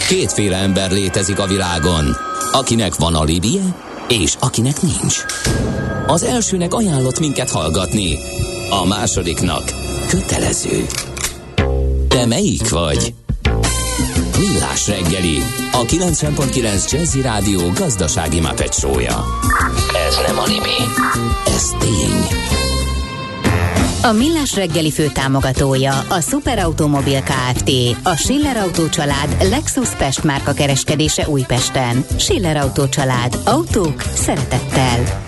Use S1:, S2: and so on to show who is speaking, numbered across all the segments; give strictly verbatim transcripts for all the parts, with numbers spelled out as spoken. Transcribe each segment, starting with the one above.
S1: Kétféle ember létezik a világon, akinek van alibije, és akinek nincs. Az elsőnek ajánlott minket hallgatni, a másodiknak kötelező. Te melyik vagy? Millás reggeli, a kilencven pont kilenc Jazzy Rádió gazdasági Muppet show-ja. Ez nem anime, ez tény.
S2: A Millás reggeli főtámogatója a Superautomobil Kft. A Schiller Autó család Lexus Pest márka kereskedése Újpesten. Schiller Autó család. Autók szeretettel.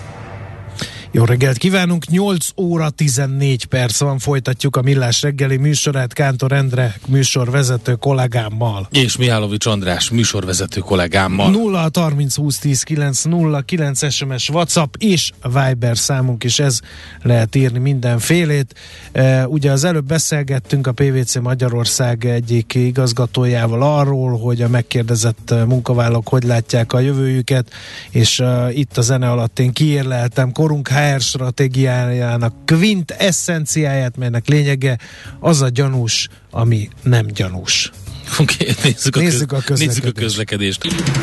S3: Jó reggelt kívánunk, nyolc óra tizennégy perc van, folytatjuk a Millás reggeli műsorát Kántor Endre műsorvezető kollégámmal.
S4: És Mihálovics András műsorvezető kollégámmal.
S3: nulla harminc húsz tíz kilenc nulla kilenc es em es WhatsApp és Viber számunk is, ez lehet írni mindenfélét. E, ugye az előbb beszélgettünk a pé vé cé Magyarország egyik igazgatójával arról, hogy a megkérdezett munkavállalók hogy látják a jövőjüket, és e, itt a zene alatt én kiérleltem korunk há er stratégiájának quintesszenciáját, melynek lényege az a gyanús, ami nem gyanús.
S4: Oké, okay, nézzük,
S3: nézzük,
S4: a köz, nézzük a közlekedést.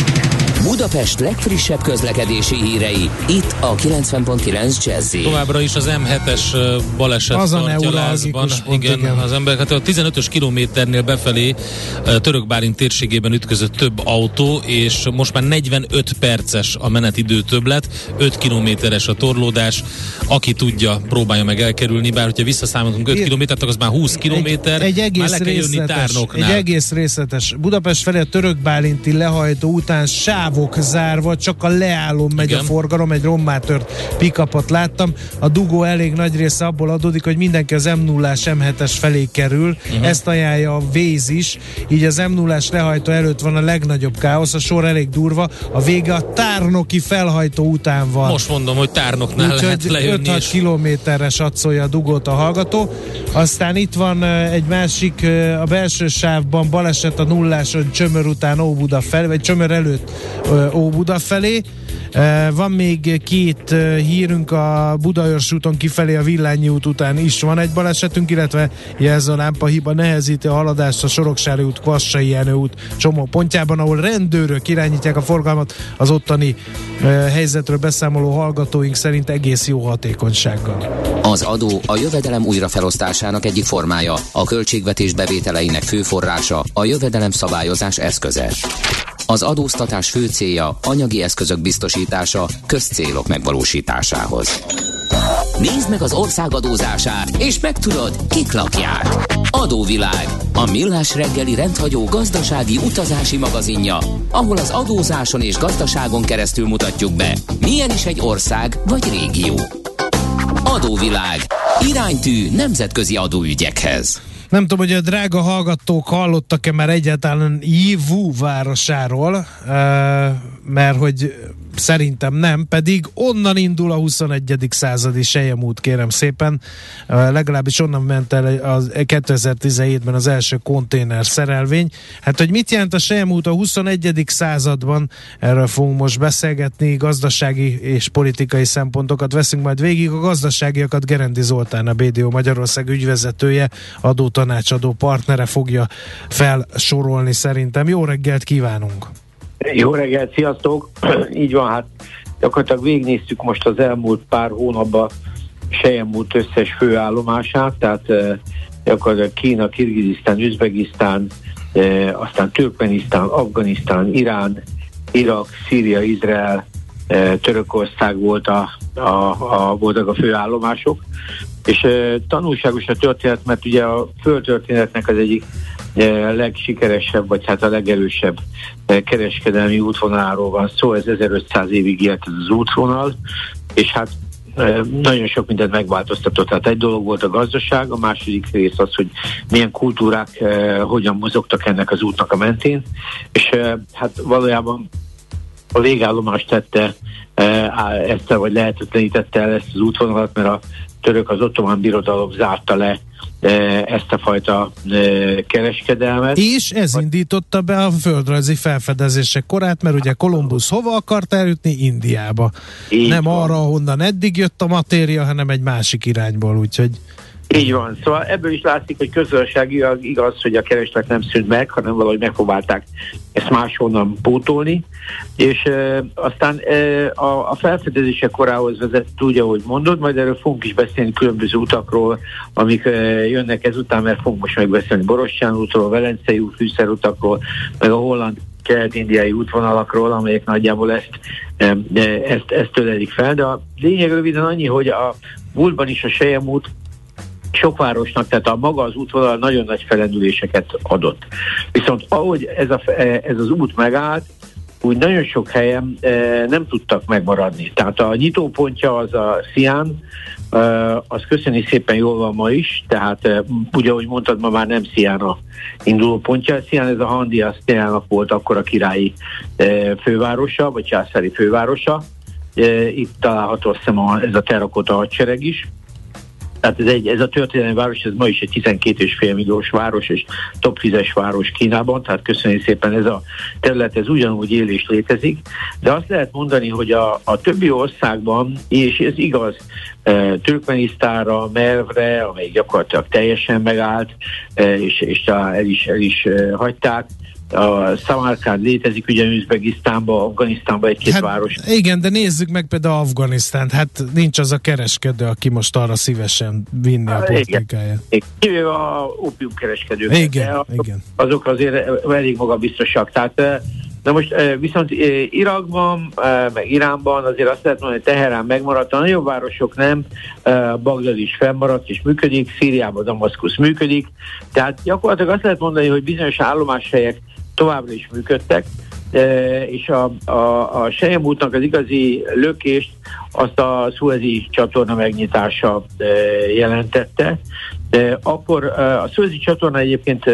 S1: Budapest legfrissebb közlekedési hírei, itt a kilencven pont kilenc Jazzy.
S4: Továbbra is az em hetes baleset
S3: az
S4: tartja lázban. Igen, igen, az ember, hát a tizenötös kilométernél befelé Török Bálint térségében ütközött több autó, és most már negyvenöt perces a menetidő többlet, öt kilométeres a torlódás. Aki tudja, próbálja meg elkerülni, bár hogyha visszaszámolunk öt kilométert, az már húsz kilométer,
S3: egy, egy egész
S4: már le kell jönni Tárnoknál.
S3: Egy egész részletes. Budapest felé a Török Bálinti lehajtó után sávok zárva, csak a leállón megy Igen. a forgalom, egy rommá tört pick-upot láttam. A dugó elég nagy része abból adódik, hogy mindenki az em nullás em hetes felé kerül. Uh-huh. Ezt ajánlja a Waze is. Így az em nullás lehajtó előtt van a legnagyobb káosz, a sor elég durva. A vége a tárnoki felhajtó után van.
S4: Most mondom, hogy Tárnoknál úgy, lehet lejönni.
S3: öt-hat és... kilométerre satszolja a dugót a hallgató. Aztán itt van egy másik, a belső sávban baleset a nulláson Csömör után Óbuda felé, vagy Csömör előtt Óbuda felé. Van még két hírünk, a Budaörs úton kifelé a Villányi út után is van egy balesetünk, illetve jelzőlámpa hiba nehezíti a haladást a Soroksári út, Kvassai Jenő út csomó pontjában, ahol rendőrök irányítják a forgalmat, az ottani helyzetről beszámoló hallgatóink szerint egész jó hatékonysággal.
S1: Az adó a jövedelem újrafelosztásának egyik formája, a költségvetés bevételeinek fő forrása, a jövedelem szabályozás eszköze. Az adóztatás fő célja anyagi eszközök biztosítása közcélok megvalósításához. Nézd meg az ország adózását, és megtudod, kik lakják. Adóvilág, a Millás reggeli rendhagyó gazdasági utazási magazinja, ahol az adózáson és gazdaságon keresztül mutatjuk be, milyen is egy ország vagy régió. Adóvilág, iránytű nemzetközi adóügyekhez.
S3: Nem tudom, hogy a drága hallgatók hallottak-e már egyáltalán Jivú városáról, mert hogy szerintem nem, pedig onnan indul a huszonegyedik századi selyemút, kérem szépen. Legalábbis onnan ment el az kétezer-tizenhétben az első konténer szerelvény. Hát, hogy mit jelent a selyemút a huszonegyedik században, erről fogunk most beszélgetni, gazdasági és politikai szempontokat veszünk majd végig. A gazdaságiakat Gerendi Zoltán, a bé dé o Magyarország ügyvezetője, adótanácsadó partnere fogja felsorolni szerintem. Jó reggelt kívánunk!
S5: Jó reggelt, sziasztok! Így van, hát gyakorlatilag végignéztük most az elmúlt pár hónapban selyemút összes főállomását, tehát eh, gyakorlatilag Kína, Kirgizisztán, Üzbegisztán, eh, aztán Türkmenisztán, Afganisztán, Irán, Irak, Szíria, Izrael, eh, Törökország volt a, a, a, voltak a főállomások, és eh, tanulságos a történet, mert ugye a földtörténetnek az egyik legsikeresebb, vagy hát a legerősebb kereskedelmi útvonaláról van szó, ez ezerötszáz évig élt ez az útvonal, és hát nagyon sok mindent megváltoztatott. Tehát egy dolog volt a gazdaság, a második rész az, hogy milyen kultúrák hogyan mozogtak ennek az útnak a mentén, és hát valójában a végállomás tette ezt, vagy lehetetlenítette el ezt az útvonalat, mert a török, az ottomán birodalom zárta le ezt a fajta kereskedelmet.
S3: És ez indította be a földrajzi felfedezések korát, mert ugye Kolumbusz hova akart eljutni? Indiába. Így Nem van. Arra, honnan eddig jött a matéria, hanem egy másik irányból, úgyhogy
S5: Így van. Szóval ebből is látszik, hogy közgazdaságilag igaz, hogy a kereslet nem szűnt meg, hanem valahogy megpróbálták ezt máshonnan pótolni, és e, aztán e, a, a felfedezések korához vezet, úgy, ahogy mondod, majd erről fogunk is beszélni különböző utakról, amik e, jönnek ezután, mert fogunk most megbeszélni Borostyán útról, Velencei út, fűszerutakról, meg a holland kelet-indiai útvonalakról, amelyek nagyjából ezt, e, ezt, ezt tölelik fel, de a lényeg röviden annyi, hogy a múltban is a Selyem út sok városnak, tehát a maga az útvonal nagyon nagy felendüléseket adott. Viszont ahogy ez, a, ez az út megállt, úgy nagyon sok helyen e, nem tudtak megmaradni. Tehát a nyitópontja az a Szián, e, az köszöni szépen jól van ma is, tehát e, ugye, ahogy mondtad, ma már nem Szián a induló pontja. Szián, ez a Handia Sztyának volt akkor a királyi e, fővárosa, vagy császári fővárosa. E, itt található azt hiszem a, ez a terrakota hadsereg is. Tehát ez, egy, ez a történelmi város, ez ma is egy tizenkét és fél milliós város, és top tízes város Kínában, tehát köszönjük szépen, ez a terület, ez ugyanúgy él és létezik, de azt lehet mondani, hogy a, a többi országban, és ez igaz, Türkmenisztánra, Mervre, amelyik gyakorlatilag teljesen megállt, és, és el is, el is hagyták, a Szamarkánd létezik ugye Üzbegisztánban, Afganisztánban egy-két
S3: hát
S5: város.
S3: Igen, de nézzük meg például Afganisztánt. Hát nincs az a kereskedő, aki most arra szívesen vinni a politikáját.
S5: Kivéve a ópiumkereskedők.
S3: Igen,
S5: azok,
S3: igen.
S5: azok azért elég magabiztosak. Tehát, de most viszont Irakban, meg Iránban azért azt lehet mondani, hogy Teherán megmaradt, a nagyobb városok nem, Bagdad is fennmaradt és működik, Szíriában Damaszkusz működik, tehát gyakorlatilag azt lehet mondani, hogy bizonyos állomáshelyek továbbra is működtek, és a, a, a Selyem útnak az igazi lökést azt a Szuezi csatorna megnyitása jelentette. De akkor a Szuezi csatorna egyébként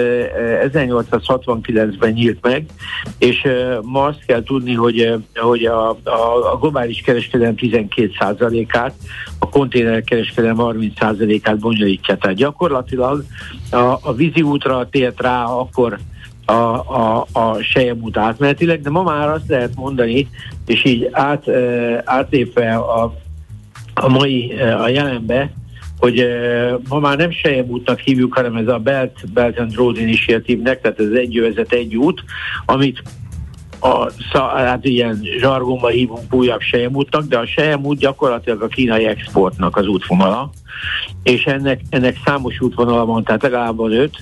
S5: ezernyolcszázhatvankilencben nyílt meg, és ma azt kell tudni, hogy, hogy a, a, a globális kereskedelem tizenkét százalékát, a konténer kereskedelem harminc százalékát bonyolítja. Tehát gyakorlatilag a, a vízi útra tért rá akkor a, a, a Selyem út átmenetileg, de ma már azt lehet mondani, és így át, átlépve a, a mai, a jelenbe, hogy ma már nem Selyem útnak hívjuk, hanem ez a Belt, Belt and Road Initiative-nek, tehát ez egy övezet, egy út, amit a, hát ilyen zsargonban hívunk újabb Selyem útnak, de a Selyem út gyakorlatilag a kínai exportnak az útvonala, és ennek, ennek számos útvonala van, tehát legalább van öt.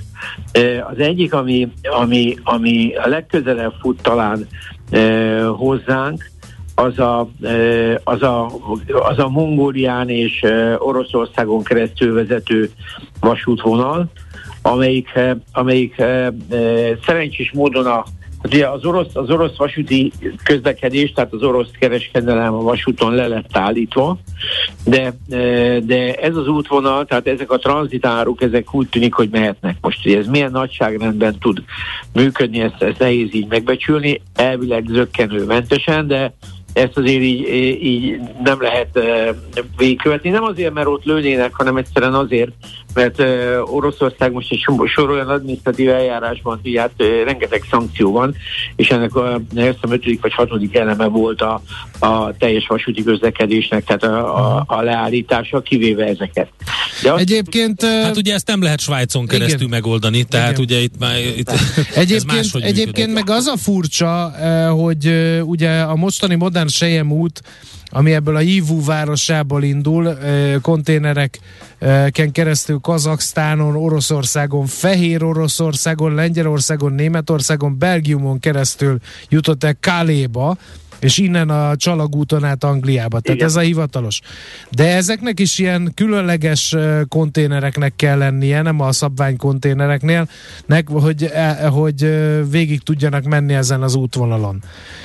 S5: Az egyik, ami, ami, ami a legközelebb fut talán eh, hozzánk, az a, az, a, az a Mongólián és Oroszországon keresztül vezető vasútvonal, amelyik, amelyik szerencsés módon a, ugye az, orosz, az orosz vasúti közlekedés, tehát az orosz kereskedelem a vasúton le lett állítva, de, de ez az útvonal, tehát ezek a tranzitáruk, ezek úgy tűnik, hogy mehetnek most. Hogy ez milyen nagyságrendben tud működni, ezt, ezt nehéz így megbecsülni, elvileg zökkenőmentesen, de ezt azért így, így nem lehet uh, végigkövetni. Nem azért, mert ott lőnének, hanem egyszerűen azért, mert uh, Oroszország most egy sor olyan adminisztratív eljárásban, hogy hát uh, rengeteg szankció van, és ennek a ötödik vagy hatodik eleme volt a, a teljes vasúti közlekedésnek, tehát a, a, a leállítása, kivéve ezeket.
S3: De azt, egyébként...
S4: Hát ugye ezt nem lehet Svájcon keresztül igen. megoldani, tehát igen. ugye itt már... Itt,
S3: egyébként egyébként meg az a furcsa, hogy ugye a mostani modern Selyem út, ami ebből a Yivu városából indul, konténereken keresztül Kazaksztánon, Oroszországon, Fehér Oroszországon, Lengyelországon, Németországon, Belgiumon keresztül jutott el Calais-ba, és innen a Csalagúton át Angliába. Tehát igen. Ez a hivatalos. De ezeknek is ilyen különleges konténereknek kell lennie, nem a szabvány konténereknél, hogy, hogy végig tudjanak menni ezen az útvonalon.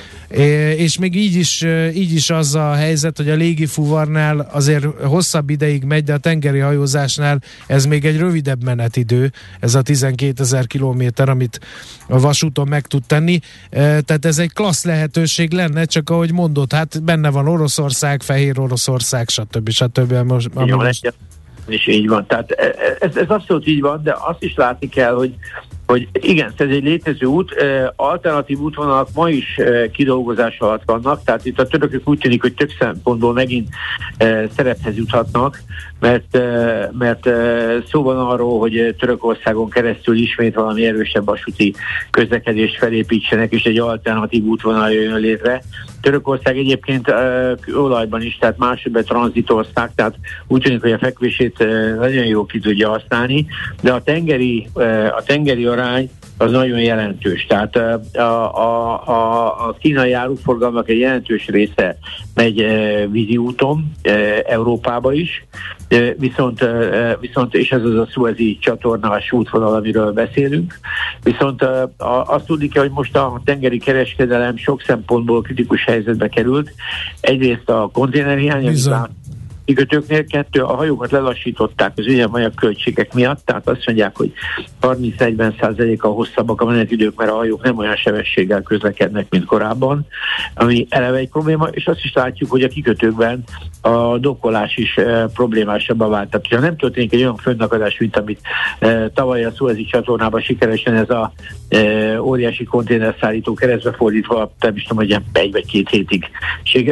S3: És még így is, így is az a helyzet, hogy a légifuvarnál azért hosszabb ideig megy, de a tengeri hajózásnál ez még egy rövidebb menetidő, ez a tizenkétezer kilométer, amit a vasúton meg tud tenni. Tehát ez egy klassz lehetőség lenne, csak ahogy mondod, hát benne van Oroszország, Fehér Oroszország, stb. stb. Most,
S5: Jó, most... És így van. Tehát ez, ez abszolút így van, de azt is látni kell, hogy hogy igen, ez egy létező út, alternatív útvonalak ma is kidolgozás alatt vannak, tehát itt a törökök úgy tűnik, hogy több szempontból megint szerephez juthatnak, mert, mert szó van arról, hogy Törökországon keresztül ismét valami erősebb vasúti közlekedést felépítsenek, és egy alternatív útvonal jön létre. Törökország egyébként uh, olajban is, tehát másodban tranzitország, tehát úgy tűnik, hogy a fekvését uh, nagyon jól ki tudja használni, de a tengeri, uh, a tengeri arány az nagyon jelentős. Tehát uh, a, a, a, a kínai áruforgalmak egy jelentős része megy uh, vízi úton uh, Európába is, uh, viszont, uh, viszont, és ez az a szuezi csatornás útvonal, amiről beszélünk, viszont uh, azt tudni kell, hogy most a tengeri kereskedelem sok szempontból kritikus helyzetbe került. Egyrészt a konténerhiány, kikötőknél, kettő, a hajókat lelassították az üzemanyag költségek miatt, tehát azt mondják, hogy harminc-negyven százalékkal hosszabbak a menetidők, mert a hajók nem olyan sebességgel közlekednek, mint korábban, ami eleve egy probléma, és azt is látjuk, hogy a kikötőkben a dokkolás is e, problémásabbá vált. Tehát, ha nem történik egy olyan fönnakadás, mint amit e, tavaly a szuezi csatornában sikeresen ez a e, óriási konténerszállító keresztbe fordítva, nem is tudom, hogy egy vagy két hétig e,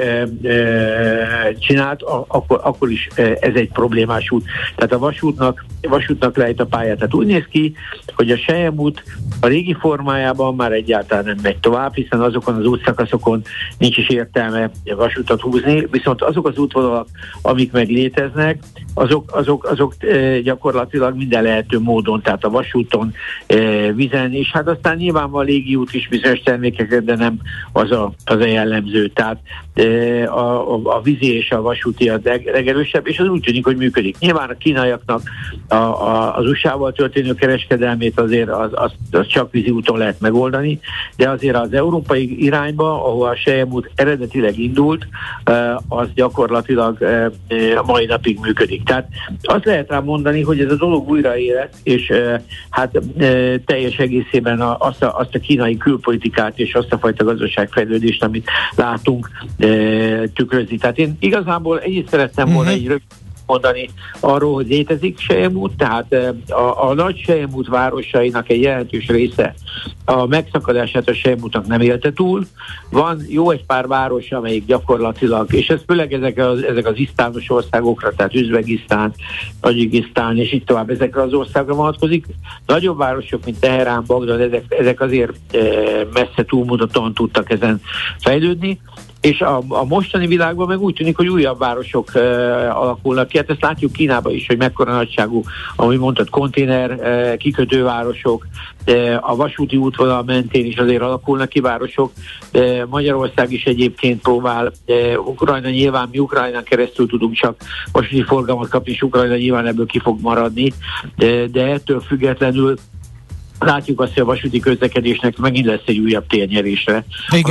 S5: e, csinált, a, akkor akkor is ez egy problémás út. Tehát a vasútnak, vasútnak lehet a pályát. Tehát úgy néz ki, hogy a selyemút a régi formájában már egyáltalán nem megy tovább, hiszen azokon az útszakaszokon nincs is értelme vasútat húzni, viszont azok az útvonalak, amik meg léteznek, azok, azok, azok gyakorlatilag minden lehető módon, tehát a vasúton, vízen, és hát aztán nyilván van légiút is bizonyos termékeket, de nem az a, az a jellemző. Tehát a, a, a vízi és a vasúti a legerősebb, és az úgy tűnik, hogy működik. Nyilván a kínaiaknak a, a, az u es á-val történő kereskedelmét azért az, az, az csak vízi úton lehet megoldani, de azért az európai irányba, ahol a selyemút eredetileg indult, az gyakorlatilag a mai napig működik. Tehát azt lehet rá mondani, hogy ez a dolog újraélet, és hát teljes egészében azt a, azt a kínai külpolitikát és azt a fajta gazdaságfejlődést, amit látunk, tükrözi. Tehát én igazából egyébként szerettem volna uh-huh. egy rövid mondani arról, hogy létezik selyemút, tehát a, a nagy selyemút városainak egy jelentős része a megszakadását a selyemútnak nem élte túl. Van jó egy pár város, amelyik gyakorlatilag, és ez főleg ezek az, ezek az isztános országokra, tehát Üzbegisztán, Tadzsikisztán, és így tovább ezekre az országra vonatkozik. Nagyobb városok, mint Teherán, Bagdad, ezek, ezek azért messze túlmutatóan tudtak ezen fejlődni. És a, a mostani világban meg úgy tűnik, hogy újabb városok uh, alakulnak ki. Hát ezt látjuk Kínában is, hogy mekkora nagyságú, ahogy mondtad, konténer uh, kikötővárosok, uh, a vasúti útvonal mentén is azért alakulnak ki városok. Uh, Magyarország is egyébként próbál, uh, Ukrajna nyilván, mi Ukrajnán keresztül tudunk csak vasúti forgalmat kapni, és Ukrajna nyilván ebből ki fog maradni, uh, de ettől függetlenül látjuk azt, hogy a vasúti közlekedésnek megint lesz egy újabb térnyerésre.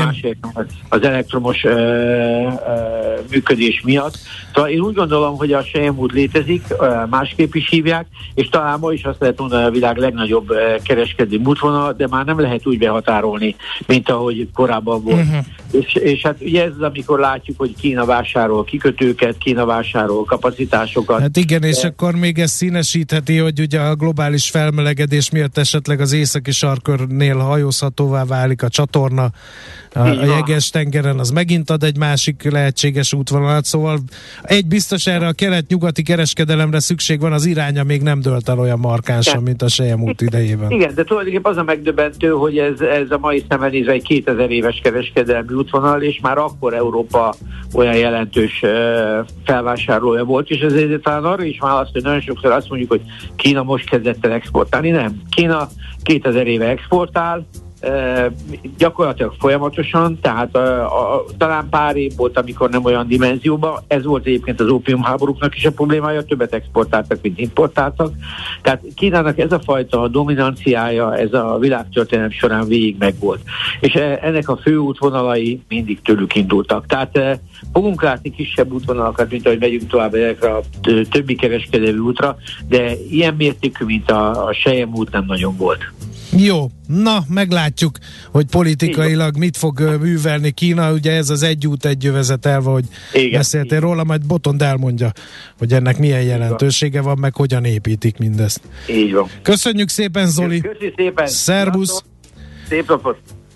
S5: Az elektromos ö, ö, működés miatt. Szóval én úgy gondolom, hogy a selyemút létezik, ö, másképp is hívják, és talán ma is azt lehet mondani, a világ legnagyobb ö, kereskedő útvonal, de már nem lehet úgy behatárolni, mint ahogy korábban volt. Uh-huh. És, és hát ugye ez az, amikor látjuk, hogy Kína vásárol kikötőket, Kína vásárol kapacitásokat.
S3: Hát igen, és de... akkor még ez színesítheti, hogy ugye a globális felmelegedés miatt esetleg az északi sarkörnél hajózhatóvá válik a csatorna, a, a jeges tengeren, az megint ad egy másik lehetséges útvonalat, szóval egy biztos, erre a kelet-nyugati kereskedelemre szükség van, az iránya még nem dölt el olyan markánsan, mint a selyemút idejében.
S5: Igen, de tulajdonképpen az a megdöbbentő, hogy ez, ez a mai szemben nézve egy kétezer éves kereskedelmi útvonal, és már akkor Európa olyan jelentős uh, felvásárlója volt, és ezért talán arra is választ, hogy nagyon sokszor azt mondjuk, hogy Kína most kezdett el exportálni. Nem. Kína kétezer éve exportál, Uh, gyakorlatilag folyamatosan, tehát uh, a, talán pár év volt, amikor nem olyan dimenzióban. Ez volt egyébként az ópiumháborúknak is a problémája, többet exportáltak, mint importáltak. Tehát Kínának ez a fajta dominanciája, ez a világtörténelem során végig megvolt. És ennek a fő útvonalai mindig tőlük indultak. Tehát uh, fogunk látni kisebb útvonalakat, mint ahogy megyünk tovább ezekre a többi kereskedelmi útra, de ilyen mértékű, mint a, a selyemút nem nagyon volt.
S3: Jó, na, meglátjuk, hogy politikailag mit fog művelni Kína, ugye ez az egy út, egy jövezet elve, hogy igen, beszéltél igen. róla, majd Botond elmondja, hogy ennek milyen jelentősége van, meg hogyan építik mindezt.
S5: Így van.
S3: Köszönjük szépen, Zoli!
S5: Köszönjük szépen!
S3: Szerbusz!
S5: Szép napot!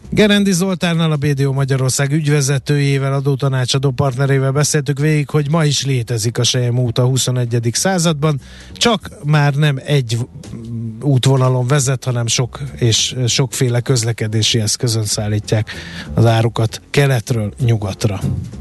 S3: Gerendi Zoltánnal, a bé dé o Magyarország ügyvezetőjével, adótanácsadó partnerével beszéltük végig, hogy ma is létezik a selyemút a huszonegyedik században, csak már nem egy útvonalon vezet, hanem sok és sokféle közlekedési eszközön szállítják az árukat keletről nyugatra.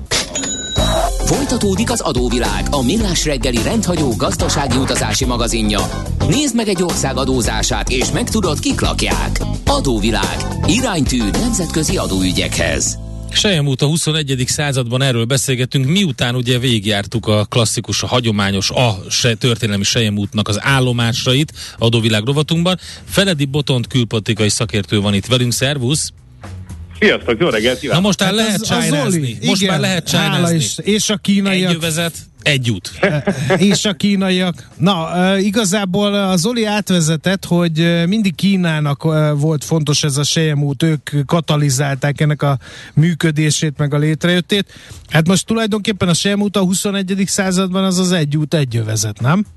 S1: Folytatódik az adóvilág, a millás reggeli rendhagyó gazdasági utazási magazinja. Nézd meg egy ország adózását, és megtudod, kik lakják. Adóvilág. Iránytű nemzetközi adóügyekhez.
S4: Selyemút a huszonegyedik században, erről beszélgettünk, miután ugye végigjártuk a klasszikus, a hagyományos, a se, történelmi Selyemútnak az állomásait adóvilág rovatunkban. Feledi Botont külpolitikai szakértő van itt velünk, szervusz!
S6: Sziasztok, jó reggelt kívánok!
S4: Na most már hát lehet csájnázni. Most igen, már lehet csájnázni.
S3: És, és a kínaiak.
S4: Egy övezet, egy út.
S3: És a kínaiak. Na, igazából az Zoli átvezetett, hogy mindig Kínának volt fontos ez a selyemút, ők katalizálták ennek a működését, meg a létrejöttét. Hát most tulajdonképpen a selyemút a huszonegyedik században az az egy út, egy övezet, nem?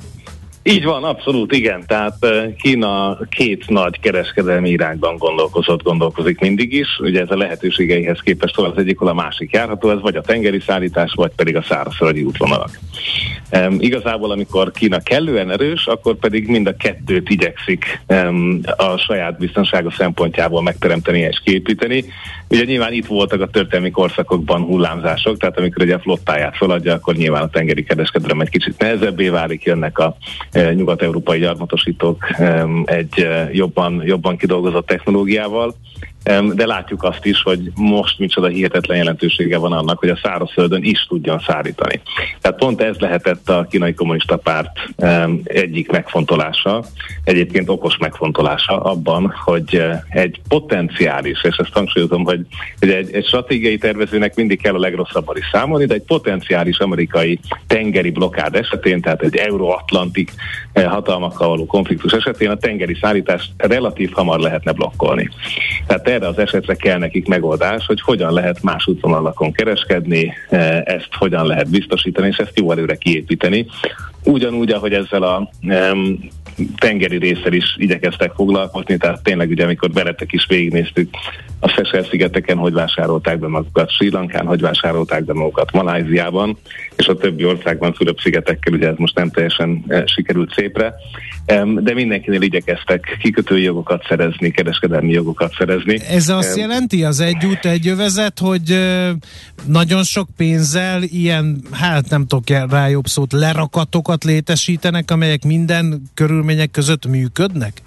S6: Így van, abszolút, igen. Tehát Kína két nagy kereskedelmi irányban gondolkozott, gondolkozik mindig is. Ugye ez a lehetőségeihez képest hol az egyik, hol a másik járható, ez vagy a tengeri szállítás, vagy pedig a szárazföldi útvonalak. Um, igazából, amikor Kína kellően erős, akkor pedig mind a kettőt igyekszik um, a saját biztonsága szempontjából megteremteni és kiépíteni. Ugye nyilván itt voltak a történelmi korszakokban hullámzások, tehát amikor ugye a flottáját feladja, akkor nyilván a tengeri kereskedelem egy kicsit nehezebbé válik, jönnek a e, nyugat-európai gyarmatosítók e, egy e, jobban, jobban kidolgozott technológiával. De látjuk azt is, hogy most micsoda hihetetlen jelentősége van annak, hogy a szárazföldön is tudjon szállítani. Tehát pont ez lehetett a kínai kommunista párt egyik megfontolása, egyébként okos megfontolása abban, hogy egy potenciális, és ezt hangsúlyozom, hogy egy, egy stratégiai tervezőnek mindig kell a legrosszabban is számolni, de egy potenciális amerikai tengeri blokkád esetén, tehát egy euróatlantik hatalmakkal való konfliktus esetén a tengeri szállítást relatív hamar lehetne blokkolni. Tehát erre az esetre kell nekik megoldás, hogy hogyan lehet más útvonalakon kereskedni, ezt hogyan lehet biztosítani, és ezt jó előre kiépíteni. Ugyanúgy, ahogy ezzel a um, tengeri résszel is igyekeztek foglalkozni, tehát tényleg ugye, amikor beletek is végignéztük a Seychelle-szigeteken, hogy vásárolták be magukat, Sri Lankán, hogy vásárolták be magukat, Malajziában, és a többi országban, Fülöp-szigetekkel, ugye ez most nem teljesen eh, sikerült szépre, um, de mindenkinél igyekeztek kikötői jogokat szerezni, kereskedelmi jogokat szerezni.
S3: Ez azt um, jelenti, az egy út, egy övezet, hogy uh, nagyon sok pénzzel ilyen, hát nem tudok rá jobb szót, lerakatokat létesítenek, amelyek minden körülmények között működnek?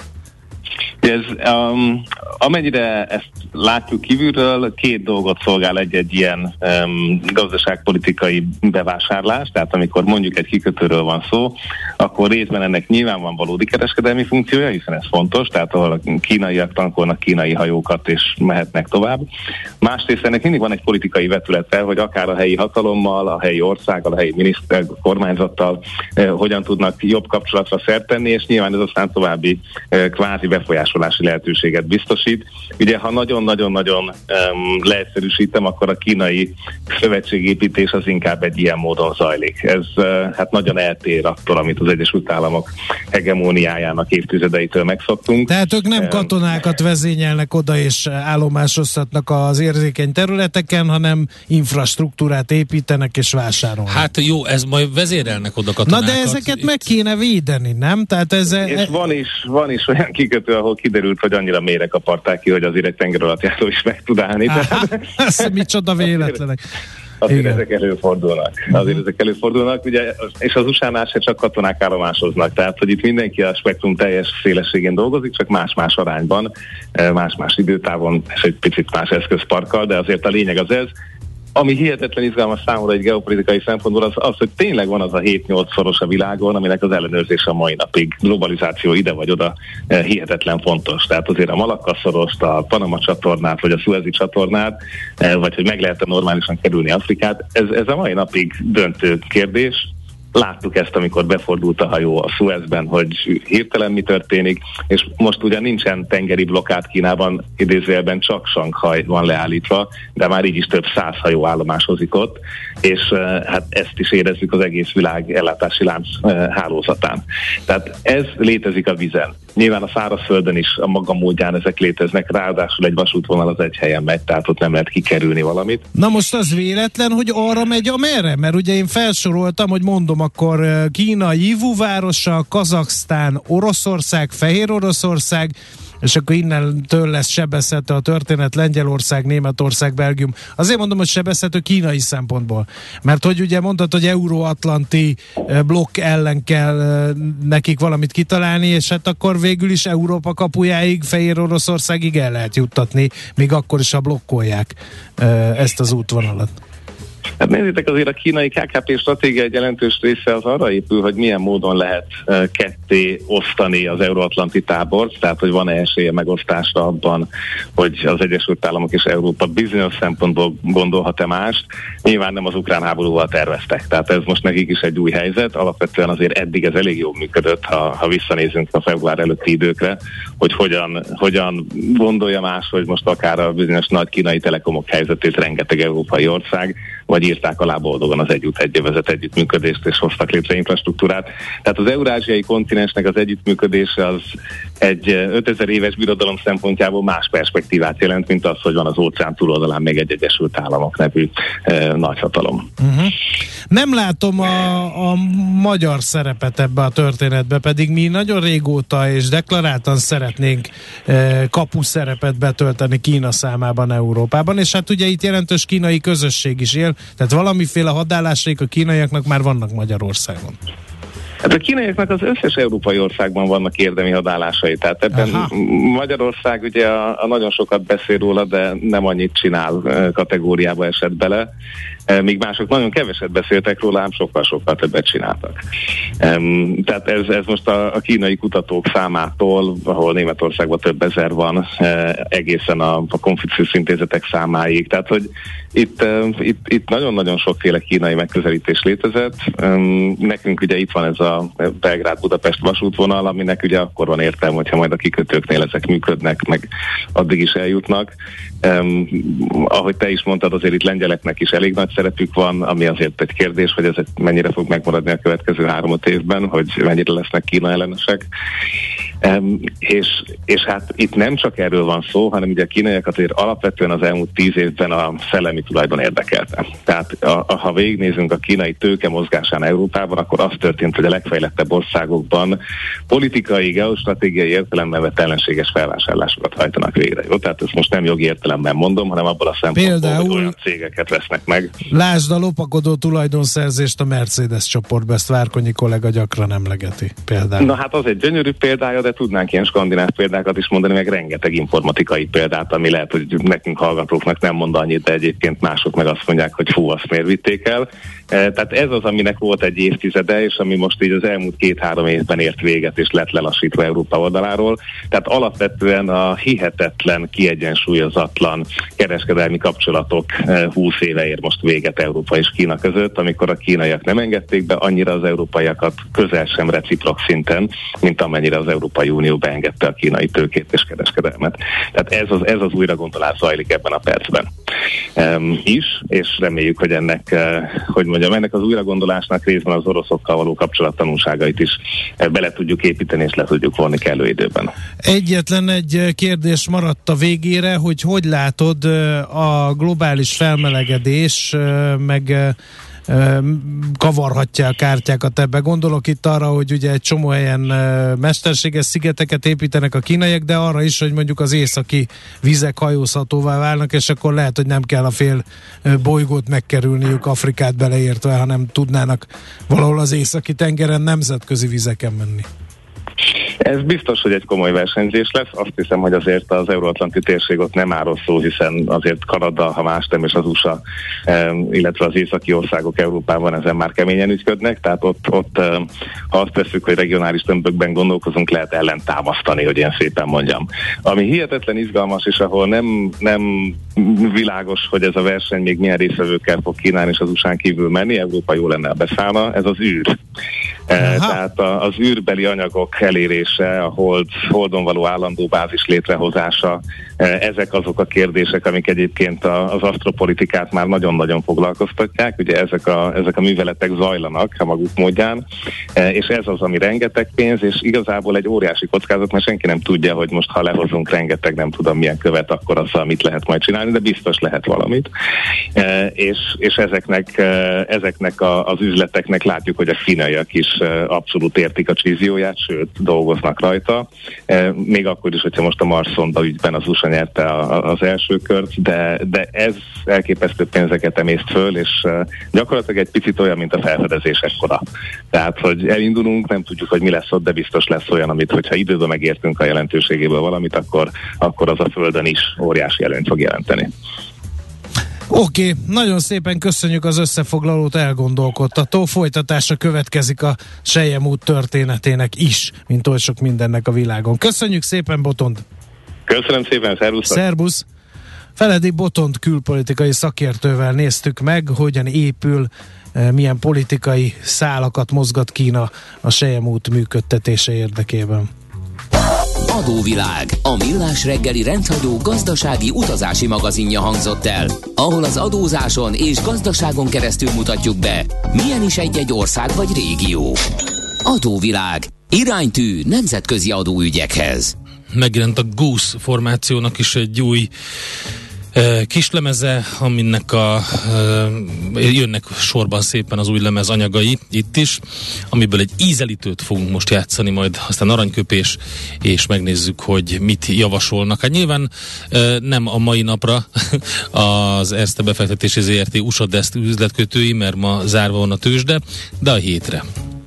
S6: Ez, um, amennyire ezt látjuk kívülről, két dolgot szolgál egy-egy ilyen um, gazdaságpolitikai bevásárlás, tehát amikor mondjuk egy kikötőről van szó, akkor részben ennek nyilván van valódi kereskedelmi funkciója, hiszen ez fontos, tehát ahol a kínaiak tankolnak kínai hajókat és mehetnek tovább. Másrészt ennek mindig van egy politikai vetülete, hogy akár a helyi hatalommal, a helyi országgal, a helyi miniszter, kormányzattal eh, hogyan tudnak jobb kapcsolatra szert tenni, és nyilván ez aztán további eh, kvázi befolyásolási lehetőséget biztosít. Ugye, ha nagyon-nagyon-nagyon um, leegyszerűsítem, akkor a kínai szövetségépítés az inkább egy ilyen módon zajlik. Ez uh, hát nagyon eltér attól, amit az Egyesült Államok hegemóniájának évtizedeitől megszoktunk.
S3: Tehát ők nem katonákat vezényelnek oda és állomásoztatnak az érzékeny területeken, hanem infrastruktúrát építenek és vásárolnak.
S4: Hát jó, ez majd vezérelnek oda katonákat.
S3: Na de ezeket itt meg kéne védeni, nem? Tehát ez
S6: és e... van, is, van is olyan kikötő, ahol kiderült, hogy annyira méreg aparták ki, hogy azért egy tenger alatt járó is meg tud állni.
S3: Ez micsoda véletlenek.
S6: Azért igen. ezek előfordulnak. Azért ezek előfordulnak, ugye, és az u es á-nál se csak katonák állomásoznak, tehát hogy itt mindenki a spektrum teljes szélességén dolgozik, csak más-más arányban, más-más időtávon, és egy picit más eszközparkkal, de azért a lényeg az ez. Ami hihetetlen izgalmas számomra egy geopolitikai szempontból az, az, hogy tényleg van az a hét-nyolc szoros a világon, aminek az ellenőrzése a mai napig. Globalizáció ide vagy oda eh, hihetetlen fontos. Tehát azért a Malakka-szorost, a Panama csatornát, vagy a Szuezi csatornát, eh, vagy hogy meg lehet-e normálisan kerülni Afrikát, ez, ez a mai napig döntő kérdés. Láttuk ezt, amikor befordult a hajó a Szuezben, hogy hirtelen mi történik, és most ugye nincsen tengeri blokkád Kínában, idézőjelben csak Sanghaj van leállítva, de már így is több száz hajó állomásozik ott, és hát ezt is érezzük az egész világ ellátási lánc hálózatán. Tehát ez létezik a vízen. Nyilván a szárazföldön is a maga módján ezek léteznek, ráadásul egy vasútvonal az egy helyen megy, tehát ott nem lehet kikerülni valamit.
S3: Na most az véletlen, hogy arra megy amerre? Mert ugye én felsoroltam, hogy mondom akkor Kína Yiwu városa, Kazaksztán, Oroszország, Fehér Oroszország, és akkor innentől lesz sebezhető a történet Lengyelország, Németország, Belgium. Azért mondom, hogy sebezhető kínai szempontból. Mert hogy ugye mondtad, hogy euróatlanti blokk ellen kell nekik valamit kitalálni, és hát akkor végül is Európa kapujáig, Fehér Oroszországig el lehet juttatni, még akkor is, ha blokkolják ezt az útvonalat.
S6: Hát nézzétek, azért a kínai ká ká pé stratégia egy jelentős része az arra épül, hogy milyen módon lehet uh, ketté osztani az euróatlanti tábort, tehát hogy van-e esélye megosztásra abban, hogy az Egyesült Államok és Európa bizonyos szempontból gondolhat-e mást. Nyilván nem az ukrán háborúval terveztek, tehát ez most nekik is egy új helyzet. Alapvetően azért eddig ez elég jól működött, ha, ha visszanézünk a február előtti időkre, hogy hogyan, hogyan gondolja más, hogy most akár a bizonyos nagy kínai telekomok helyzetét rengeteg európai ország, vagy írták alá boldogan az együtt egyövezet együttműködést, és hoztak létre infrastruktúrát. Tehát az eurázsiai kontinensnek az együttműködése az egy ötezer éves birodalom szempontjából más perspektívát jelent, mint az, hogy van az óceán túloldalán még egy Egyesült Államok nevű e, nagyhatalom.
S3: Uh-huh. Nem látom a, a magyar szerepet ebbe a történetbe, pedig mi nagyon régóta és deklaráltan szeretnénk e, kapu szerepet betölteni Kína számában Európában, és hát ugye itt jelentős kínai közösség is él, tehát valamiféle hadállásaik a kínaiaknak már vannak Magyarországon.
S6: Hát a kínaiaknak az összes európai országban vannak érdemi hadállásai, tehát ebben Aha. Magyarország ugye a, a nagyon sokat beszél róla, de nem annyit csinál kategóriába esett bele, míg mások nagyon keveset beszéltek róla, ám sokkal-sokkal többet csináltak. Um, tehát ez, ez most a, a kínai kutatók számától, ahol Németországban több ezer van, uh, egészen a, a Konfuciusz intézetek számáig, tehát hogy itt, uh, itt, itt nagyon-nagyon sokféle kínai megközelítés létezett. Um, nekünk ugye itt van ez a Belgrád-Budapest vasútvonal, aminek ugye akkor van értelme, hogyha majd a kikötőknél ezek működnek, meg addig is eljutnak. Um, ahogy te is mondtad, azért itt lengyeleknek is elég nagy szerepük van, ami azért egy kérdés, hogy ez mennyire fog megmaradni a következő három-öt évben, hogy mennyire lesznek Kína ellenesek. Um, és, és hát itt nem csak erről van szó, hanem ugye a kínaiakat azért alapvetően az elmúlt tíz évben a szellemi tulajdon érdekelte. Tehát a, a, ha végignézünk a kínai tőke mozgásán Európában, akkor az történt, hogy a legfejlettebb országokban politikai, geostratégiai értelemben vett ellenséges felvásárlásokat hajtanak végre. Jó? Tehát ezt most nem jogi értelemben mondom, hanem abban a szempontból, Például, hogy olyan cégeket vesznek meg.
S3: Lásd a lopakodó tulajdonszerzést a Mercedes csoportban, ezt Várkonyi kollega gyakran emlegeti. Például.
S6: Na hát az egy gyönyörű példája, de tudnánk ilyen skandináv példákat is mondani, meg rengeteg informatikai példát, ami lehet, hogy nekünk hallgatóknak nem mond annyit, de egyébként mások meg azt mondják, hogy fú, azt miért vitték el. Tehát ez az, aminek volt egy évtizede, és ami most így az elmúlt két-három évben ért véget, és lett lelassítva Európa oldaláról. Tehát alapvetően a hihetetlen, kiegyensúlyozatlan kereskedelmi kapcsolatok húsz éve ér most véget Európa és Kína között, amikor a kínaiak nem engedték be annyira az európaiakat közel sem reciprok szinten, mint amennyire az Európai Unió beengedte a kínai tőkét és kereskedelmet. Tehát ez az, ez az újragondolás zajlik ebben a percben um, is, és reméljük, hogy ennek, uh, hogy mondjam, ennek az újragondolásnak részben az oroszokkal való kapcsolattanulságait is uh, bele tudjuk építeni, és le tudjuk vonni kellő időben.
S3: Egyetlen egy kérdés maradt a végére, hogy hogy látod uh, a globális felmelegedés, uh, meg uh, kavarhatja a kártyákat ebbe. Gondolok itt arra, hogy ugye egy csomó helyen mesterséges szigeteket építenek a kínaiak, de arra is, hogy mondjuk az északi vizek hajózhatóvá válnak, és akkor lehet, hogy nem kell a fél bolygót megkerülniük, Afrikát beleértve, hanem tudnának valahol az északi tengeren nemzetközi vizeken menni.
S6: Ez biztos, hogy egy komoly versenyzés lesz. Azt hiszem, hogy azért az euróatlanti térség ott nem áll szó, hiszen azért Kanada, ha más nem, és az u es á, illetve az északi országok Európában ezen már keményen ügyködnek, tehát ott, ott ha azt tesszük, hogy regionális tömbökben gondolkozunk, lehet ellen támasztani, hogy ilyen szépen mondjam. Ami hihetetlen izgalmas, és ahol nem, nem világos, hogy ez a verseny még milyen részvevőkkel fog Kínán és az u es á-n kívül menni, Európa jó lenne beszállna, ez az űr. Aha. Tehát az űrbeli anyagok elérése, a hold, holdon való állandó bázis létrehozása, Ezek azok a kérdések, amik egyébként az asztropolitikát már nagyon-nagyon foglalkoztatják. Ugye ezek a, ezek a műveletek zajlanak a maguk módján, és ez az, ami rengeteg pénz, és igazából egy óriási kockázat, mert senki nem tudja, hogy most ha lehozunk rengeteg, nem tudom milyen követ, akkor azzal mit lehet majd csinálni, de biztos lehet valamit. És, és ezeknek, ezeknek a, az üzleteknek látjuk, hogy a kínaiak is abszolút értik a vízióját, sőt, dolgoznak rajta. Még akkor is, hogyha most a Mars-szonda ügyben az u es á nyerte a, az első kört, de, de ez elképesztő pénzeket emészt föl, és gyakorlatilag egy picit olyan, mint a felfedezés ekkora. Tehát, hogy elindulunk, nem tudjuk, hogy mi lesz ott, de biztos lesz olyan, amit, hogyha időben megértünk a jelentőségéből valamit, akkor, akkor az a Földön is óriási előnyt fog jelenteni.
S3: Oké, okay, nagyon szépen köszönjük az összefoglalót, elgondolkodtató. Folytatása következik a Selyemút történetének is, mint oly sok mindennek a világon. Köszönjük szépen, Botond!
S6: Köszönöm szépen, szervusz!
S3: Szerbusz! Feledi Botond külpolitikai szakértővel néztük meg, hogyan épül, milyen politikai szálakat mozgat Kína a Selyemút működtetése érdekében.
S1: Adóvilág, a millás reggeli rendhagyó gazdasági utazási magazinja hangzott el, ahol az adózáson és gazdaságon keresztül mutatjuk be, milyen is egy-egy ország vagy régió. Adóvilág, iránytű nemzetközi adóügyekhez.
S4: Megjelent a Goose formációnak is egy új kislemeze, aminek a jönnek sorban szépen az új lemez anyagai itt is, amiből egy ízelítőt fogunk most játszani, majd aztán aranyköpés, és megnézzük, hogy mit javasolnak. Hát nyilván nem a mai napra az Erste Befektetési zé er té u es á Desk üzletkötői, mert ma zárva van a tőzsde, de a hétre.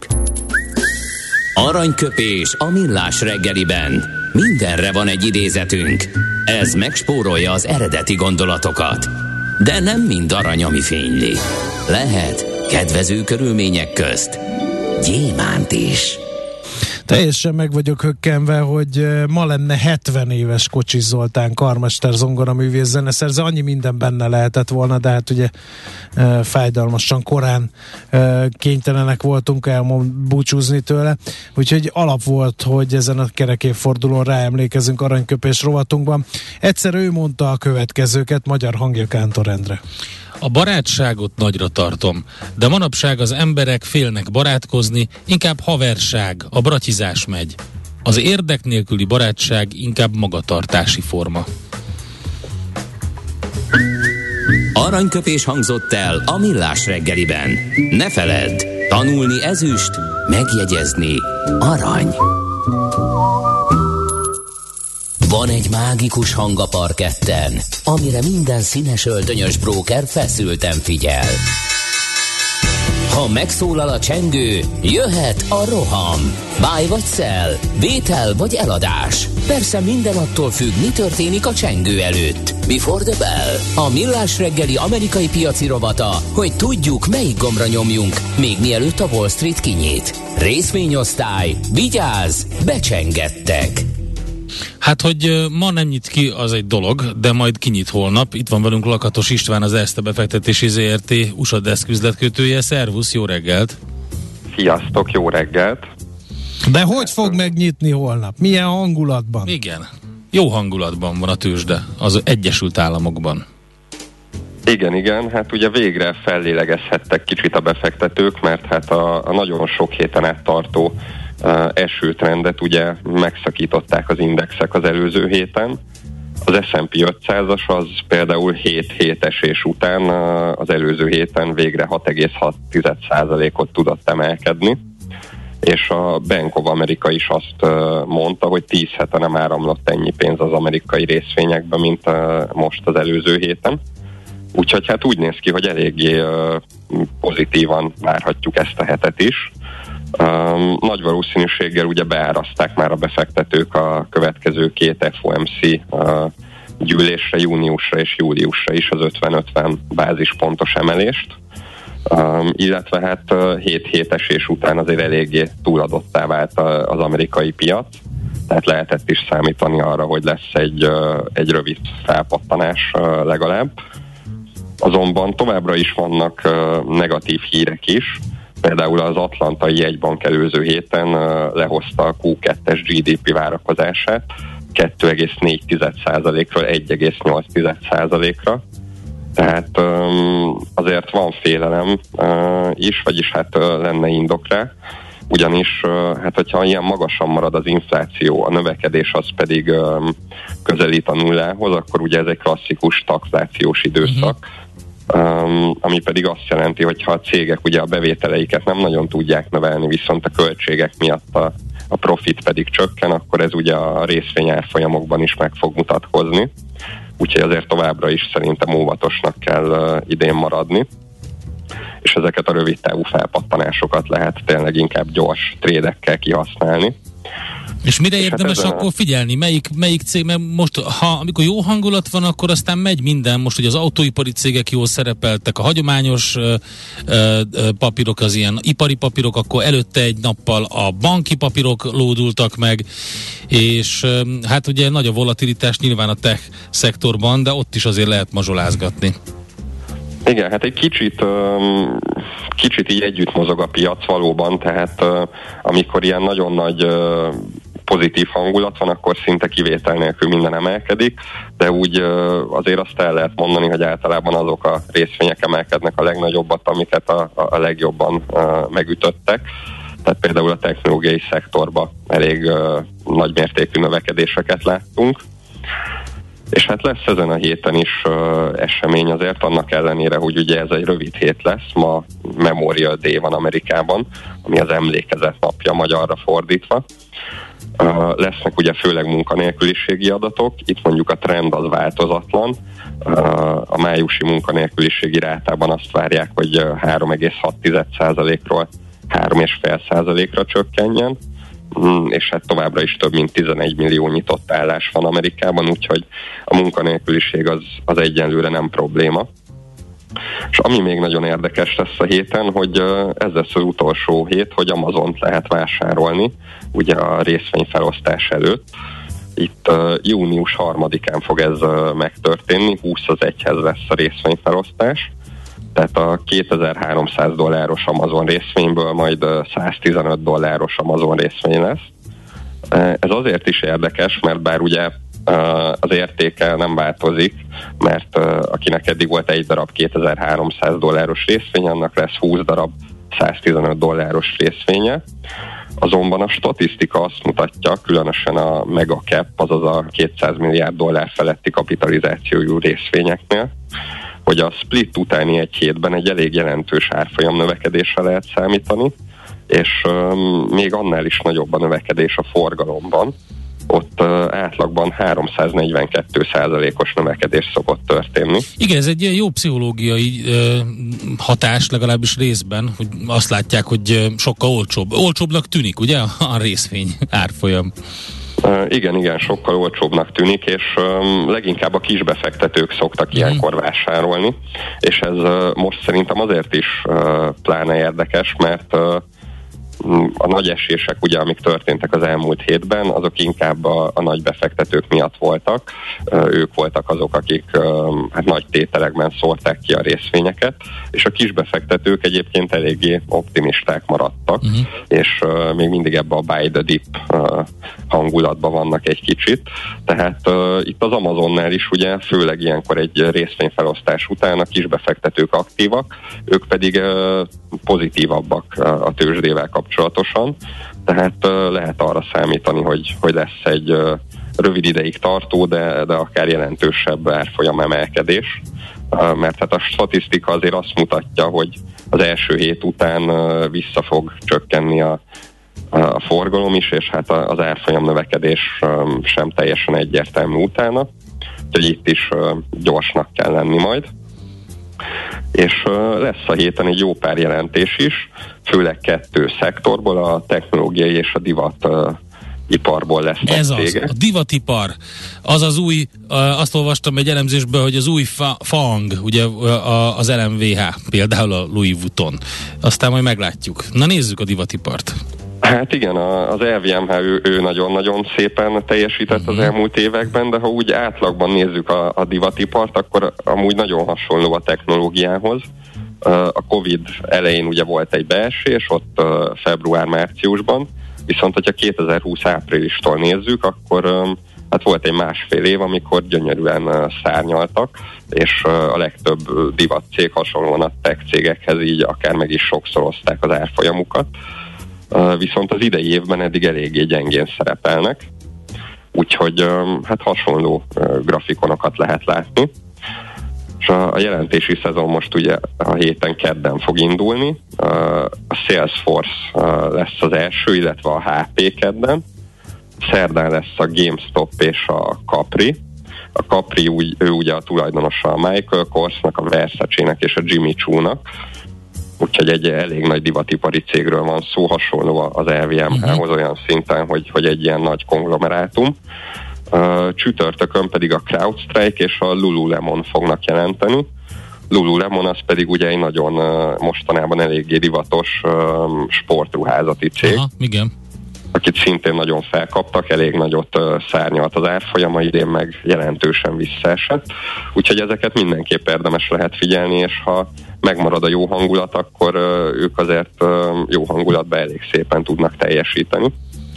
S1: Aranyköpés a millás reggeliben. Mindenre van egy idézetünk. Ez megspórolja az eredeti gondolatokat. De nem mind arany, ami fényli. Lehet kedvező körülmények közt gyémánt is.
S3: Teljesen meg vagyok hökkenve, hogy ma lenne hetven éves Kocsis Zoltán karmester zongoraművész zeneszerző, annyi minden benne lehetett volna, de hát ugye fájdalmasan korán kénytelenek voltunk elbúcsúzni tőle, úgyhogy alap volt, hogy ezen a kerekévfordulón ráemlékezünk aranyköpés rovatunkban. Egyszer ő mondta a következőket, magyar hangja Kántor Endre.
S4: A barátságot nagyra tartom, de manapság az emberek félnek barátkozni, inkább haverság, a bratyizás megy. Az érdek nélküli barátság inkább magatartási forma.
S1: Aranyköpés hangzott el a millás reggeliben. Ne feledd, tanulni ezüst, megjegyezni arany. Van egy mágikus hang a parketten, amire minden színes öltönyös bróker feszülten figyel. Ha megszólal a csengő, jöhet a roham. Buy vagy sell, vétel vagy eladás. Persze minden attól függ, mi történik a csengő előtt. Before the bell, a millás reggeli amerikai piaci rovata, hogy tudjuk, melyik gombra nyomjunk, még mielőtt a Wall Street kinyit. Részvényosztály, vigyázz, becsengettek!
S4: Hát, hogy ma nem nyit ki, az egy dolog, de majd kinyit holnap. Itt van velünk Lakatos István, az Erste Befektetési zé er té u es á Desk üzletkötője. Szervusz, jó reggelt!
S7: Sziasztok, jó reggelt!
S3: De hogy fog megnyitni holnap? Milyen hangulatban?
S4: Igen, jó hangulatban van a tőzsde az Egyesült Államokban.
S7: Igen, igen, hát ugye végre fellélegezhettek kicsit a befektetők, mert hát a, a nagyon sok héten át tartó Uh, esőtrendet ugye megszakították az indexek az előző héten. Az es and pé ötszázas az például hét hét esés után uh, az előző héten végre hat egész hat százalékot tudott emelkedni, és a Bank of America is azt uh, mondta, hogy tíz hete nem áramlott ennyi pénz az amerikai részvényekbe, mint uh, most az előző héten. Úgyhogy hát úgy néz ki, hogy eléggé uh, pozitívan várhatjuk ezt a hetet is. Um, nagy valószínűséggel ugye beáraszták már a befektetők a következő két ef o em cé uh, gyűlésre, júniusra és júliusra is az ötven-ötven bázispontos emelést, um, illetve hát uh, hét hét esés után azért eléggé túladottá vált a, az amerikai piac, tehát lehetett is számítani arra, hogy lesz egy, uh, egy rövid felpattanás uh, legalább. Azonban továbbra is vannak uh, negatív hírek is. Például az Atlantai Jegybank előző héten uh, lehozta a kú kettes gé dé pé várakozását, kettő egész négy százalékról egy egész nyolc százalékra. Tehát azért van félelem is, vagyis hát lenne indok rá, ugyanis hát hogyha ilyen magasan marad az infláció, a növekedés az pedig közelít a nullához, akkor ugye ez egy klasszikus stagflációs időszak, uh-huh. ami pedig azt jelenti, hogy ha a cégek ugye a bevételeiket nem nagyon tudják növelni, viszont a költségek miatt a, a profit pedig csökken, akkor ez ugye a részvényárfolyamokban is meg fog mutatkozni. Úgyhogy azért továbbra is szerintem óvatosnak kell uh, idén maradni, és ezeket a rövid távú felpattanásokat lehet tényleg inkább gyors trédekkel kihasználni.
S4: És mire és érdemes hát akkor figyelni? Melyik, melyik cég, mert most, ha amikor jó hangulat van, akkor aztán megy minden. Most ugye az autóipari cégek jól szerepeltek, a hagyományos ö, ö, papírok, az ilyen ipari papírok, akkor előtte egy nappal a banki papírok lódultak meg, és ö, hát ugye nagy a volatilitás nyilván a tech szektorban, de ott is azért lehet mazsolázgatni.
S7: Igen, hát egy kicsit, um, kicsit így együtt mozog a piac valóban, tehát uh, amikor ilyen nagyon nagy uh, pozitív hangulat van, akkor szinte kivétel nélkül minden emelkedik, de úgy uh, azért azt el lehet mondani, hogy általában azok a részvények emelkednek a legnagyobbat, amiket a, a legjobban uh, megütöttek. Tehát például a technológiai szektorban elég uh, nagymértékű növekedéseket láttunk. És hát lesz ezen a héten is uh, esemény azért, annak ellenére, hogy ugye ez egy rövid hét lesz, ma Memorial Day van Amerikában, ami az emlékezet napja magyarra fordítva. Uh, lesznek ugye főleg munkanélküliségi adatok, itt mondjuk a trend az változatlan, uh, a májusi munkanélküliségi rátában azt várják, hogy három egész hat százalékról három egész öt százalékra csökkenjen, és hát továbbra is több mint tizenegy millió nyitott állás van Amerikában, úgyhogy a munkanélküliség az, az egyenlőre nem probléma. És ami még nagyon érdekes lesz a héten, hogy ez lesz az utolsó hét, hogy Amazont lehet vásárolni, ugye a részvényfelosztás előtt. Itt uh, június harmadikán fog ez uh, megtörténni, húsz az egyhez lesz a részvényfelosztás. Tehát a kétezer-háromszáz dolláros Amazon részvényből majd száztizenöt dolláros Amazon részvény lesz. Ez azért is érdekes, mert bár ugye az értéke nem változik, mert akinek eddig volt egy darab kétezer-háromszáz dolláros részvény, annak lesz húsz darab száztizenöt dolláros részvénye. Azonban a statisztika azt mutatja, különösen a megacap, azaz a kétszáz milliárd dollár feletti kapitalizációjú részvényeknél, hogy a split utáni egy hétben egy elég jelentős árfolyam növekedésre lehet számítani, és um, még annál is nagyobb a növekedés a forgalomban. Ott uh, átlagban háromszáznegyvenkettő százalékos növekedés szokott történni.
S4: Igen, ez egy ilyen jó pszichológiai uh, hatás, legalábbis részben, hogy azt látják, hogy uh, sokkal olcsóbb. Olcsóbbnak tűnik, ugye, a részvény árfolyam?
S7: Uh, igen, igen, sokkal olcsóbbnak tűnik, és um, leginkább a kisbefektetők szoktak mm. ilyenkor vásárolni, és ez uh, most szerintem azért is uh, pláne érdekes, mert uh, a nagy esések, ugye, amik történtek az elmúlt hétben, azok inkább a, a nagy befektetők miatt voltak. Ők voltak azok, akik hát nagy tételekben szórták ki a részvényeket, és a kis befektetők egyébként eléggé optimisták maradtak, uh-huh. és uh, még mindig ebbe a buy the dip uh, hangulatban vannak egy kicsit. Tehát uh, itt az Amazonnál is ugye főleg ilyenkor egy részvényfelosztás után a kis befektetők aktívak, ők pedig uh, pozitívabbak uh, a tőzsdével kapcsolatosan, tehát uh, lehet arra számítani, hogy, hogy lesz egy uh, rövid ideig tartó, de, de akár jelentősebb árfolyam emelkedés, uh, mert hát a statisztika azért azt mutatja, hogy az első hét után uh, vissza fog csökkenni a, a forgalom is, és hát az árfolyam növekedés um, sem teljesen egyértelmű utána, úgyhogy itt is uh, gyorsnak kell lenni majd. És uh, lesz a héten egy jó pár jelentés is, főleg kettő szektorból, a technológiai és a divat uh, iparból lesznek
S4: Ez
S7: cégek.
S4: az, a divatipar, az az új, uh, azt olvastam egy elemzésből, hogy az új fa- FANG, ugye uh, az el em vé há, például a Louis Vuitton. Aztán majd meglátjuk. Na nézzük a divatipart.
S7: Hát igen, az el vé em há ő, ő nagyon-nagyon szépen teljesített uh-huh. az elmúlt években, de ha úgy átlagban nézzük a, a divatipart, akkor amúgy nagyon hasonló a technológiához. A Covid elején ugye volt egy beesés, ott február-márciusban, viszont hogyha kétezer-húsz áprilistól nézzük, akkor hát volt egy másfél év, amikor gyönyörűen szárnyaltak, és a legtöbb divat cég hasonlóan a tech cégekhez így akár meg is sokszorozták az árfolyamukat. Viszont az idei évben eddig eléggé gyengén szerepelnek, úgyhogy hát hasonló grafikonokat lehet látni. És a jelentési szezon most ugye a héten kedden fog indulni. A Salesforce lesz az első, illetve a há pé kedden. Szerdán lesz a GameStop és a Capri. A Capri úgy, ő ugye a tulajdonosa a Michael Korsnak, a Versace-nek és a Jimmy Choo-nak. Úgyhogy egy elég nagy divatipari cégről van szó, hasonló az el vé em há-hoz olyan szinten, hogy, hogy egy ilyen nagy konglomerátum. Uh, csütörtökön pedig a CrowdStrike és a Lululemon fognak jelenteni. Lululemon az pedig ugye egy nagyon uh, mostanában eléggé divatos uh, sportruházati cég.
S4: Aha, igen.
S7: Akit szintén nagyon felkaptak, elég nagyot uh, szárnyalt az árfolyama, idén meg jelentősen visszaesett. Úgyhogy ezeket mindenképp érdemes lehet figyelni, és ha megmarad a jó hangulat, akkor uh, ők azért uh, jó hangulatban elég szépen tudnak teljesíteni.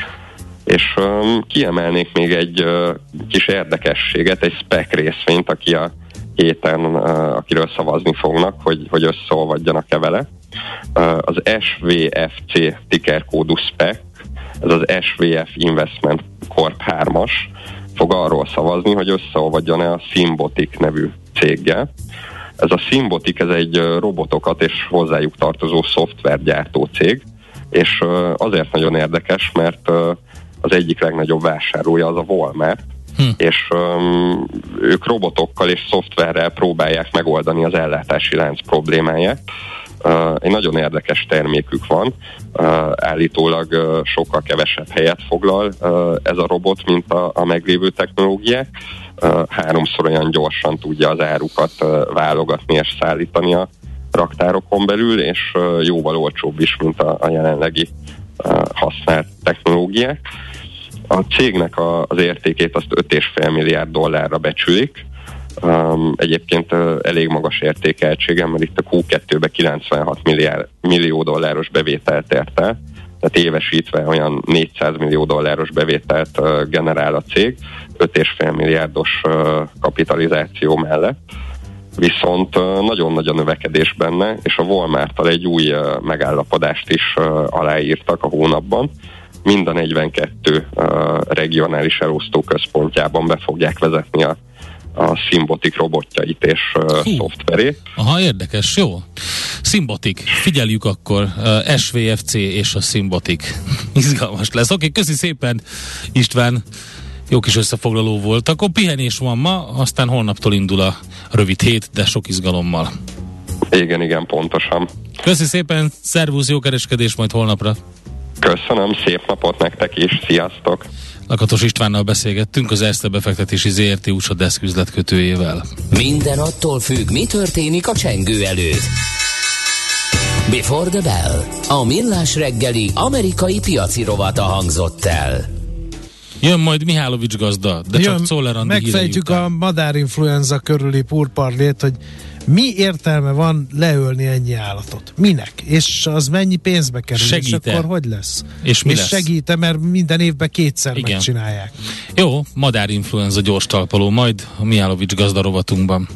S7: És um, kiemelnék még egy uh, kis érdekességet, egy spec részvényt, aki a héten, uh, akiről szavazni fognak, hogy, hogy összeolvadjanak-e vele. Uh, az es vé ef cé tickerkódú spec, ez az es vé ef Investment Corp hármas, fog arról szavazni, hogy összeolvadjon-e a Symbotic nevű céggel. Ez a Symbotic, ez egy uh, robotokat és hozzájuk tartozó szoftvergyártó cég, és uh, azért nagyon érdekes, mert uh, az egyik legnagyobb vásárlója az a Walmart, hm. és um, ők robotokkal és szoftverrel próbálják megoldani az ellátási lánc problémáját. Uh, egy nagyon érdekes termékük van, uh, állítólag uh, sokkal kevesebb helyet foglal uh, ez a robot, mint a, a meglévő technológiák. Uh, háromszor olyan gyorsan tudja az árukat uh, válogatni és szállítani a raktárokon belül, és uh, jóval olcsóbb is, mint a, a jelenlegi uh, használt technológiák. A cégnek a, az értékét azt öt egész öt milliárd dollárra becsülik. Um, egyébként uh, elég magas értékeltségem, mert itt a kú kettőben kilencvenhat milliárd, millió dolláros bevételt ért el, tehát évesítve olyan négyszáz millió dolláros bevételt uh, generál a cég, öt egész öt milliárdos uh, kapitalizáció mellett. Viszont uh, nagyon nagy a növekedés benne, és a Walmarttal egy új uh, megállapodást is uh, aláírtak a hónapban. Mind a negyvenkettő uh, regionális elosztó központjában be fogják vezetni a, a Symbotic robotjait és uh, szoftverét.
S4: Aha, érdekes, jó. Symbotic, figyeljük akkor, uh, es vé ef cé és a Symbotic. Izgalmas lesz. Oké, okay, köszi szépen, István. Jó kis összefoglaló volt. Akkor pihenés van ma, aztán holnaptól indul a rövid hét, de sok izgalommal.
S7: Igen, igen, pontosan.
S4: Köszi szépen, szervusz, jó kereskedés majd holnapra.
S7: Köszönöm, szép napot nektek is, sziasztok!
S4: Lakatos Istvánnal beszélgettünk, az Erste befektetési zé er té u es á Desk üzletkötőjével.
S1: Minden attól függ, mi történik a csengő előtt. Before the Bell, a millás reggeli amerikai piaci rovata hangzott el.
S4: Jön majd Mihálovics gazda, de
S3: Jön,
S4: csak Czoller Andi
S3: megfejtjük a madárinfluenza körüli purparlét, hogy mi értelme van leölni ennyi állatot? Minek? És az mennyi pénzbe kerül?
S4: Segít-e?
S3: És akkor hogy lesz?
S4: És mi
S3: és
S4: lesz?
S3: segít-e, mert minden évben kétszer
S4: Igen.
S3: megcsinálják.
S4: Jó, madárinfluenza gyors talpaló, majd a Mihálovics gazda rovatunkban.